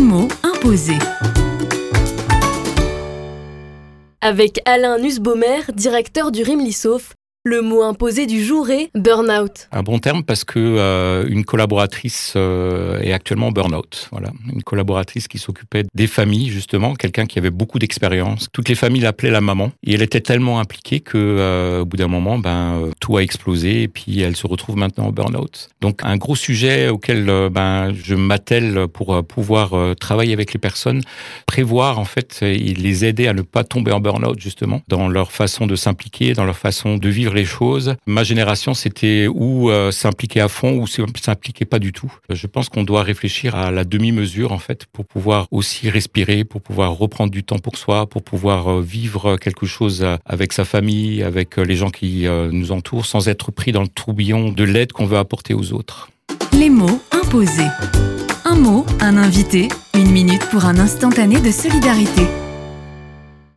mots imposés. Avec Alain Nussbaumer, directeur du RIMLISSAUF, le mot imposé du jour est burn-out. Un bon terme parce que une collaboratrice est actuellement burn-out. Voilà, une collaboratrice qui s'occupait des familles justement, quelqu'un qui avait beaucoup d'expérience. Toutes les familles l'appelaient la maman et elle était tellement impliquée que au bout d'un moment, tout a explosé et puis elle se retrouve maintenant en burn-out. Donc un gros sujet auquel je m'attelle pour pouvoir travailler avec les personnes, prévoir en fait et les aider à ne pas tomber en burn-out justement dans leur façon de s'impliquer, dans leur façon de vivre les choses. Ma génération, c'était ou s'impliquer à fond ou s'impliquer pas du tout. Je pense qu'on doit réfléchir à la demi-mesure en fait pour pouvoir aussi respirer, pour pouvoir reprendre du temps pour soi, pour pouvoir vivre quelque chose avec sa famille, avec les gens qui nous entourent, sans être pris dans le tourbillon de l'aide qu'on veut apporter aux autres. Les mots imposés. Un mot, un invité, 1 minute pour un instantané de solidarité.